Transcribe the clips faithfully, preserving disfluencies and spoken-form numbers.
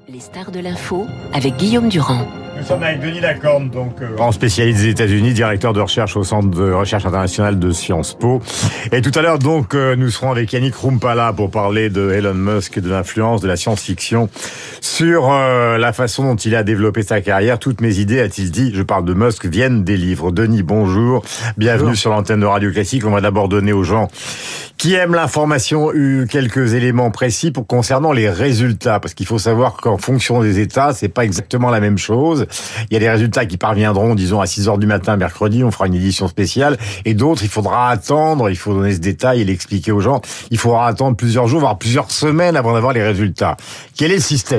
Les stars de l'info avec Guillaume Durand. Nous sommes avec Denis Lacorne, donc euh, grand spécialiste des États-Unis, directeur de recherche au Centre de recherche internationale de Sciences Po. Et tout à l'heure, donc, euh, nous serons avec Yannick Rumpala pour parler de Elon Musk et de l'influence de la science-fiction sur euh, la façon dont il a développé sa carrière. Toutes mes idées, a-t-il dit, je parle de Musk, viennent des livres. Denis, bonjour. Bienvenue bonjour. Sur l'antenne de Radio Classique. On va d'abord donner aux gens qui aiment l'information eu quelques éléments précis pour concernant les résultats, parce qu'il faut savoir qu'en fonction des États, c'est pas exactement la même chose. Il y a des résultats qui parviendront, disons, à six heures du matin mercredi, on fera une édition spéciale, et d'autres, il faudra attendre, il faut donner ce détail et l'expliquer aux gens, il faudra attendre plusieurs jours, voire plusieurs semaines avant d'avoir les résultats. Quel est le système ?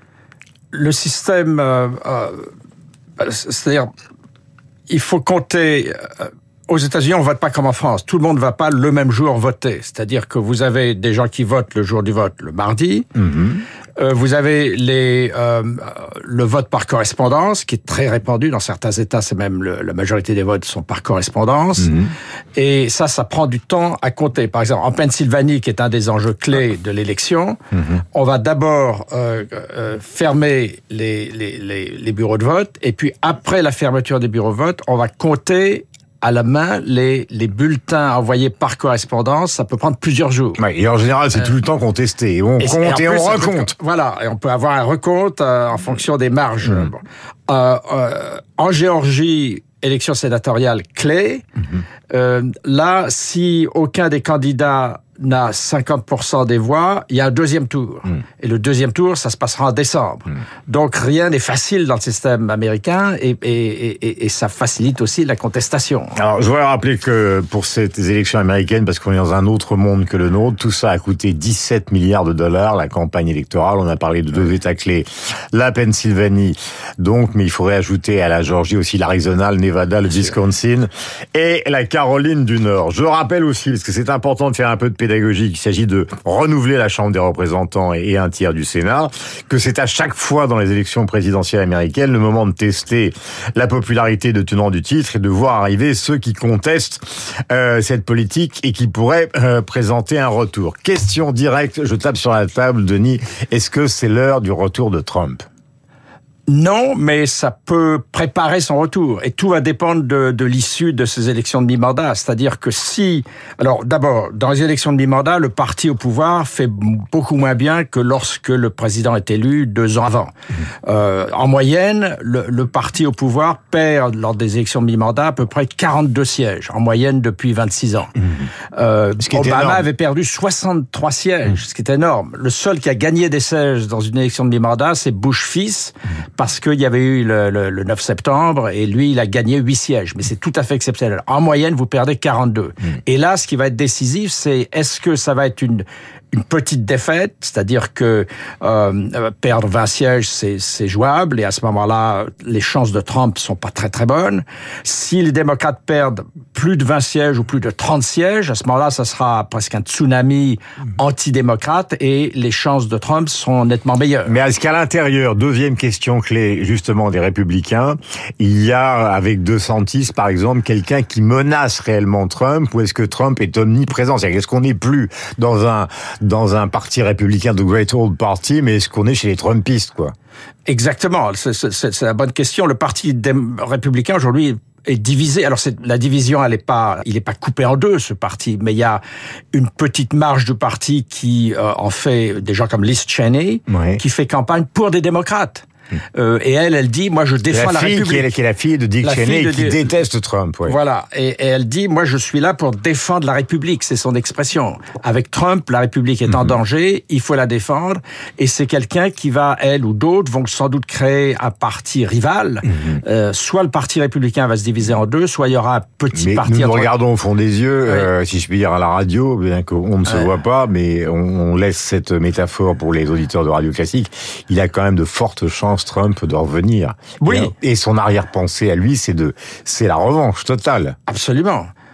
Le système, euh, euh, c'est-à-dire, il faut compter... Euh, Aux États-Unis, on vote pas comme en France. Tout le monde ne va pas le même jour voter. C'est-à-dire que vous avez des gens qui votent le jour du vote, le mardi. Mm-hmm. Euh, vous avez les euh, le vote par correspondance, qui est très répandu dans certains États. C'est même le, la majorité des votes sont par correspondance. Mm-hmm. Et ça, ça prend du temps à compter. Par exemple, en Pennsylvanie, qui est un des enjeux clés de l'élection, mm-hmm. on va d'abord euh, euh, fermer les, les, les, les bureaux de vote, et puis après la fermeture des bureaux de vote, on va compter à la main les, les bulletins envoyés par correspondance. Ça peut prendre plusieurs jours. Ouais, et en général, c'est euh, tout le temps contesté. On et compte et, et on recompte. Peut, voilà, et on peut avoir un recompte euh, en fonction des marges. Mmh. Bon. Euh, euh, en Géorgie, élection sénatoriale clé. Mmh. Euh, là, si aucun des candidats n'a cinquante pour cent des voix, il y a un deuxième tour. Mm. Et le deuxième tour, ça se passera en décembre. Mm. Donc rien n'est facile dans le système américain et, et, et, et ça facilite aussi la contestation. Alors, je voudrais rappeler que pour ces élections américaines, parce qu'on est dans un autre monde que le nôtre, tout ça a coûté dix-sept milliards de dollars, la campagne électorale. On a parlé de deux États clés, la Pennsylvanie, donc, mais il faudrait ajouter à la Géorgie aussi l'Arizona, le Nevada, le Wisconsin et la Caroline du Nord. Je rappelle aussi, parce que c'est important de faire un peu de pédagogique, il s'agit de renouveler la Chambre des représentants et un tiers du Sénat, que c'est à chaque fois dans les élections présidentielles américaines le moment de tester la popularité de tenants du titre et de voir arriver ceux qui contestent euh, cette politique et qui pourraient euh, présenter un retour. Question directe, je tape sur la table, Denis, est-ce que c'est l'heure du retour de Trump ? Non, mais ça peut préparer son retour. Et tout va dépendre de, de l'issue de ces élections de mi-mandat. C'est-à-dire que si... Alors, d'abord, dans les élections de mi-mandat, le parti au pouvoir fait beaucoup moins bien que lorsque le président est élu deux ans avant. Mmh. Euh, en moyenne, le, le parti au pouvoir perd, lors des élections de mi-mandat, à peu près quarante-deux sièges, en moyenne depuis vingt-six ans. Mmh. Euh, Obama avait perdu soixante-trois sièges, mmh. ce qui est énorme. Le seul qui a gagné des sièges dans une élection de mi-mandat, c'est Bush fils, mmh. parce qu'il y avait eu le, le, le neuf septembre, et lui, il a gagné huit sièges. Mais c'est tout à fait exceptionnel. En moyenne, vous perdez quarante-deux. Mmh. Et là, ce qui va être décisif, c'est est-ce que ça va être une, une petite défaite, c'est-à-dire que euh, perdre vingt sièges, c'est, c'est jouable, et à ce moment-là, les chances de Trump sont pas très très bonnes. Si les démocrates perdent plus de vingt sièges ou plus de trente sièges, à ce moment-là, ça sera presque un tsunami mmh. antidémocrate, et les chances de Trump sont nettement meilleures. Mais est-ce qu'à l'intérieur, deuxième question clé, justement des républicains, il y a avec DeSantis par exemple quelqu'un qui menace réellement Trump, ou est-ce que Trump est omniprésent? C'est-à-dire, est-ce qu'on n'est plus dans un dans un parti républicain de Great Old Party, mais est-ce qu'on est chez les Trumpistes, quoi? Exactement, c'est, c'est, c'est la bonne question. Le parti dé- républicain aujourd'hui est divisé. Alors c'est la division, elle est pas, il est pas coupé en deux, ce parti, mais il y a une petite marge du parti qui euh, en fait des gens comme Liz Cheney, oui. qui fait campagne pour des démocrates. Euh, et elle, elle dit, moi je défends la, la République. Qui est, qui est la fille de Dick Cheney, qui de... déteste Trump. Ouais. Voilà, et, et elle dit, moi je suis là pour défendre la République, c'est son expression. Avec Trump, la République est mm-hmm. en danger, il faut la défendre, et c'est quelqu'un qui va, elle ou d'autres, vont sans doute créer un parti rival. Mm-hmm. Euh, soit le parti républicain va se diviser en deux, soit il y aura un petit mais parti... Nous nous entre... regardons au fond des yeux, oui. euh, si je puis dire à la radio, bien qu'on ne se ouais. voit pas, mais on, on laisse cette métaphore pour les auditeurs de Radio Classique, il a quand même de fortes chances Trump de revenir. Oui. Et, et son arrière-pensée à lui, c'est de, c'est la revanche totale. Absolument.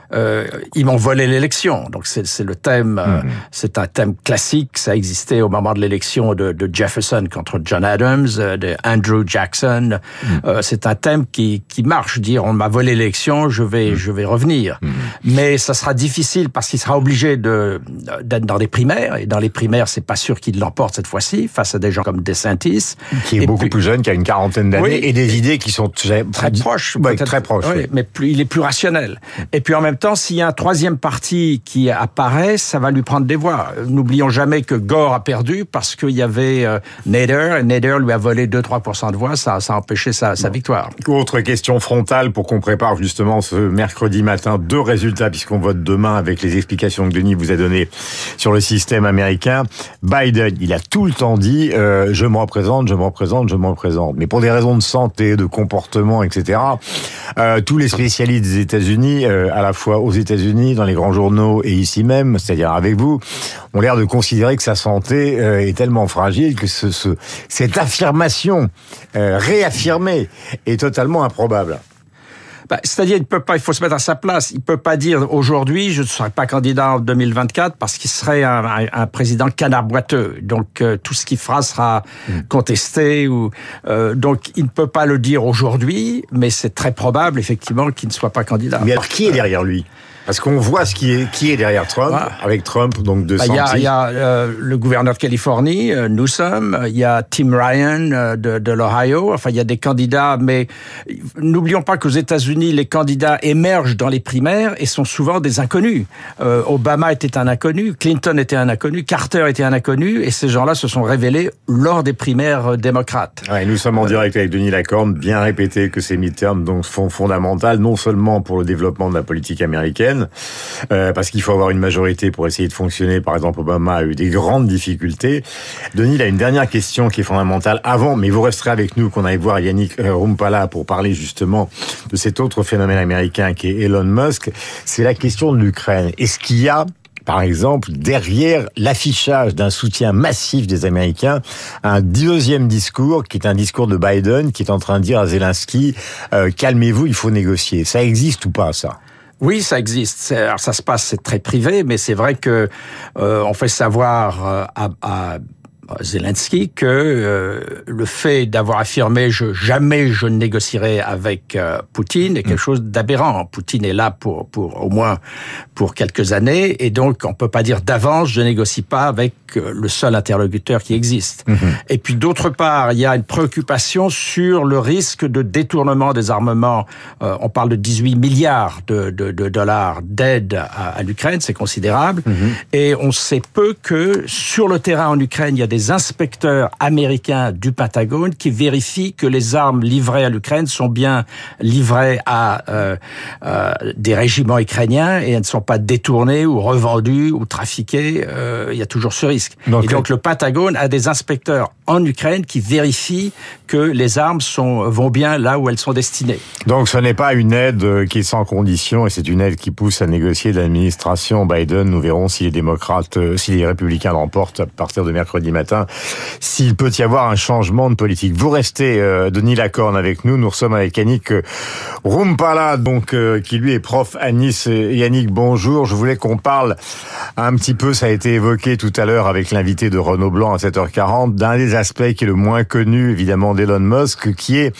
euh, ils m'ont volé l'élection. Donc c'est, c'est le thème, mmh. euh, c'est un thème classique. Ça existait au moment de l'élection de, de Jefferson contre John Adams, euh, de Andrew Jackson. Mmh. Euh, c'est un thème qui qui marche. Dire on m'a volé l'élection, je vais mmh. je vais revenir. Mmh. Mais ça sera difficile parce qu'il sera obligé de d'être dans les primaires, et dans les primaires, c'est pas sûr qu'il l'emporte cette fois-ci face à des gens comme DeSantis, qui est et beaucoup puis, plus jeune, qui a une quarantaine d'années, oui, et des idées qui sont très, très proches, ouais, très proches. Oui, oui. Mais plus, il est plus rationnel. Et puis en même temps, s'il y a un troisième parti qui apparaît, ça va lui prendre des voix. N'oublions jamais que Gore a perdu parce qu'il y avait euh, Nader, et Nader lui a volé deux à trois pour cent de voix, ça, ça a empêché sa, sa bon. victoire. Autre question frontale pour qu'on prépare justement ce mercredi matin deux résultats, puisqu'on vote demain avec les explications que Denis vous a données sur le système américain. Biden, il a tout le temps dit euh, je me représente, je me représente, je me représente. Mais pour des raisons de santé, de comportement, et cetera, euh, tous les spécialistes des États-Unis, euh, à la fois aux États-Unis, dans les grands journaux et ici même, c'est-à-dire avec vous, ont l'air de considérer que sa santé euh, est tellement fragile que ce, ce, cette affirmation euh, réaffirmée est totalement improbable. Bah, c'est-à-dire, il peut pas, il faut se mettre à sa place. Il peut pas dire aujourd'hui, je ne serai pas candidat en deux mille vingt-quatre parce qu'il serait un, un, un président canard boiteux. Donc, euh, tout ce qu'il fera sera mmh. contesté ou, euh, donc, il ne peut pas le dire aujourd'hui, mais c'est très probable, effectivement, qu'il ne soit pas candidat. Mais alors, qui est derrière lui? Parce qu'on voit ce qui est, qui est derrière Trump, ouais. avec Trump, donc de Santis. Bah, il y a, il y a euh, le gouverneur de Californie, euh, Newsom, il y a Tim Ryan euh, de, de l'Ohio, enfin il y a des candidats, mais n'oublions pas qu'aux États-Unis, les candidats émergent dans les primaires et sont souvent des inconnus. Euh, Obama était un inconnu, Clinton était un inconnu, Carter était un inconnu, et ces gens-là se sont révélés lors des primaires démocrates. Ouais, nous sommes en direct avec Denis Lacorne, bien répété que ces midterms donc, sont fondamentales, non seulement pour le développement de la politique américaine, Euh, parce qu'il faut avoir une majorité pour essayer de fonctionner. Par exemple, Obama a eu des grandes difficultés. Denis, il a une dernière question qui est fondamentale avant, mais vous resterez avec nous, qu'on aille voir Yannick Rumpala pour parler justement de cet autre phénomène américain qui est Elon Musk. C'est la question de l'Ukraine. Est-ce qu'il y a, par exemple, derrière l'affichage d'un soutien massif des Américains, un deuxième discours qui est un discours de Biden qui est en train de dire à Zelensky euh, calmez-vous, il faut négocier. Ça existe ou pas, ça ? Oui, ça existe. C'est, alors ça se passe, c'est très privé, mais c'est vrai que euh, on fait savoir euh, à, à Zelensky que euh, le fait d'avoir affirmé je, jamais je ne négocierai avec euh, Poutine est quelque chose d'aberrant. Poutine est là pour pour au moins pour quelques années, et donc on peut pas dire d'avance je négocie pas avec euh, le seul interlocuteur qui existe. Mm-hmm. Et puis d'autre part, il y a une préoccupation sur le risque de détournement des armements. Euh, on parle de dix-huit milliards de, de, de dollars d'aide à, à l'Ukraine, c'est considérable. Mm-hmm. Et on sait peu que sur le terrain en Ukraine, il y a des inspecteurs américains du Pentagone qui vérifient que les armes livrées à l'Ukraine sont bien livrées à euh, euh, des régiments ukrainiens et elles ne sont pas détournées ou revendues ou trafiquées. Euh, il y a toujours ce risque. Donc, et donc le Pentagone a des inspecteurs en Ukraine qui vérifient que les armes sont, vont bien là où elles sont destinées. Donc ce n'est pas une aide qui est sans condition, et c'est une aide qui pousse à négocier de l'administration Biden. Nous verrons si les démocrates, si les républicains l'emportent à partir de mercredi matin, s'il peut y avoir un changement de politique. Vous restez, euh, Denis Lacorne, avec nous. Nous sommes avec Yannick Rumpala, donc euh, qui lui est prof à Nice. Yannick, bonjour. Je voulais qu'on parle un petit peu, ça a été évoqué tout à l'heure avec l'invité de Renaud Blanc à sept heures quarante, d'un des aspects qui est le moins connu, évidemment, d'Elon Musk, qui est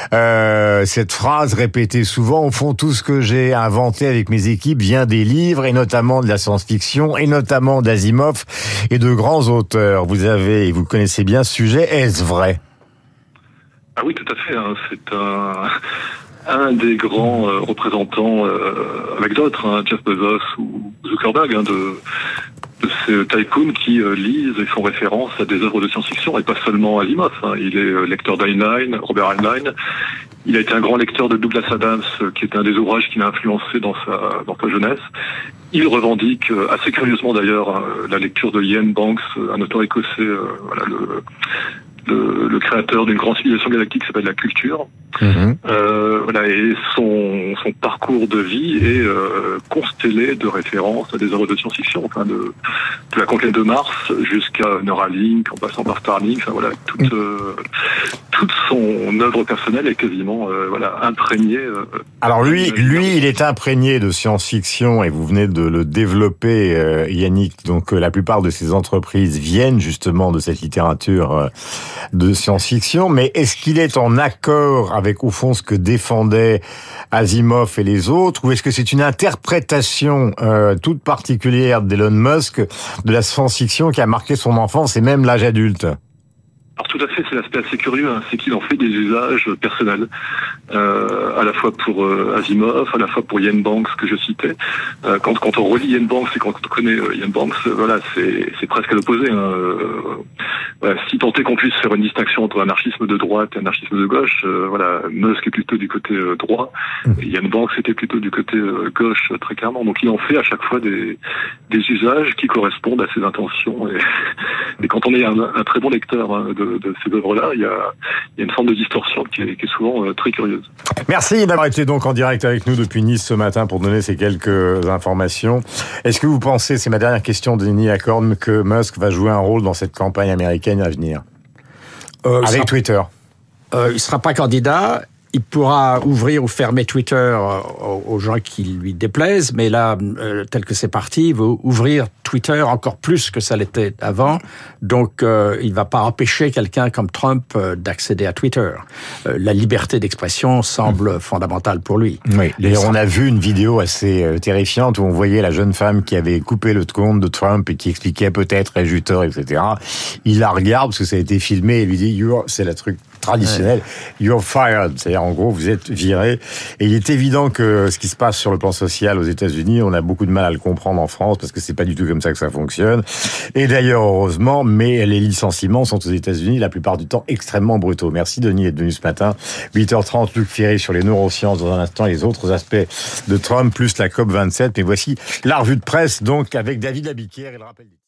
euh, cette phrase répétée souvent, au fond, tout ce que j'ai inventé avec mes équipes vient des livres, et notamment de la science-fiction, et notamment d'Asimov et de grands auteurs. Vous avez, et vous connaissez bien ce sujet, est-ce vrai? Ah oui, tout à fait. Hein. C'est un, un des grands euh, représentants, euh, avec d'autres, hein, Jeff Bezos ou Zuckerberg, hein, de, de ces tycoons qui euh, lisent et font référence à des œuvres de science-fiction, et pas seulement Asimov. Hein. Il est euh, lecteur d'Heinlein, Robert Heinlein. Il a été un grand lecteur de Douglas Adams, euh, qui est un des ouvrages qui l'a influencé dans sa, dans sa jeunesse. Il revendique, euh, assez curieusement d'ailleurs, hein, la lecture de Ian Banks, un auteur écossais, euh, voilà, le... Le, le créateur d'une grande civilisation galactique qui s'appelle la culture. Mmh. Euh, voilà, et son, son parcours de vie est euh, constellé de références à des œuvres de science-fiction, enfin de, de la conquête de Mars jusqu'à Neuralink, en passant par Starlink, enfin voilà, toute, euh, toute son œuvre personnelle est quasiment euh, voilà imprégnée. Euh, Alors lui, lui, il est imprégné de science-fiction et vous venez de le développer, euh, Yannick. Donc euh, la plupart de ces entreprises viennent justement de cette littérature euh, de science-fiction. Mais est-ce qu'il est en accord avec au fond ce que défendaient Asimov et les autres, ou est-ce que c'est une interprétation euh, toute particulière d'Elon Musk de la science-fiction qui a marqué son enfance et même l'âge adulte? Alors tout à fait, c'est l'aspect assez curieux, hein, c'est qu'il en fait des usages personnels, euh, à la fois pour euh, Asimov, à la fois pour Ian Banks que je citais. Euh, quand, quand on relit Ian Banks et quand on connaît euh, Ian Banks, euh, voilà, c'est, c'est presque à l'opposé. Hein. Euh, voilà, si tant est qu'on puisse faire une distinction entre anarchisme de droite et anarchisme de gauche, euh, voilà, Musk est plutôt du côté euh, droit, et Ian Banks était plutôt du côté euh, gauche, très clairement. Donc il en fait à chaque fois des, des usages qui correspondent à ses intentions. Et, et quand on est un, un très bon lecteur hein, de De, de ces œuvres-là, il y a, il y a une forme de distorsion qui est, qui est souvent euh, très curieuse. Merci d'avoir été donc en direct avec nous depuis Nice ce matin pour donner ces quelques informations. Est-ce que vous pensez, c'est ma dernière question, Denis Acorn, que Musk va jouer un rôle dans cette campagne américaine à venir euh, avec sera, Twitter euh, Il ne sera pas candidat. Il pourra ouvrir ou fermer Twitter aux gens qui lui déplaisent, mais là, euh, tel que c'est parti, il veut ouvrir Twitter encore plus que ça l'était avant. Donc, euh, il ne va pas empêcher quelqu'un comme Trump euh, d'accéder à Twitter. Euh, la liberté d'expression semble mmh. fondamentale pour lui. Oui. Et on a vu une vidéo assez euh, terrifiante où on voyait la jeune femme qui avait coupé le compte de Trump et qui expliquait peut-être ai-je eu tort, et cetera. Il la regarde parce que ça a été filmé et lui dit You're, c'est le truc traditionnel, ouais. You're fired, c'est-à-dire en gros vous êtes viré. Et il est évident que ce qui se passe sur le plan social aux États-Unis, on a beaucoup de mal à le comprendre en France parce que c'est pas du tout comme ça que ça fonctionne. Et d'ailleurs heureusement, mais les licenciements sont aux États-Unis la plupart du temps extrêmement brutaux. Merci Denis d'être venu ce matin. huit heures trente, Luc Ferry sur les neurosciences dans un instant, les autres aspects de Trump plus la C O P vingt-sept. Mais voici la revue de presse donc avec David Labiquière et le rappel.